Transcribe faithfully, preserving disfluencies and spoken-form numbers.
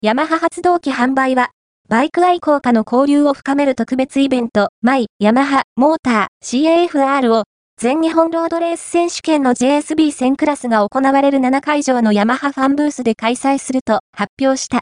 ヤマハ発動機販売は、バイク愛好家の交流を深める特別イベント、マイ、ヤマハ、モーター、シーエーエフアール を、全日本ロードレース選手権の ジェイエスビー 戦クラスが行われるななかいじょうのヤマハファンブースで開催すると発表した。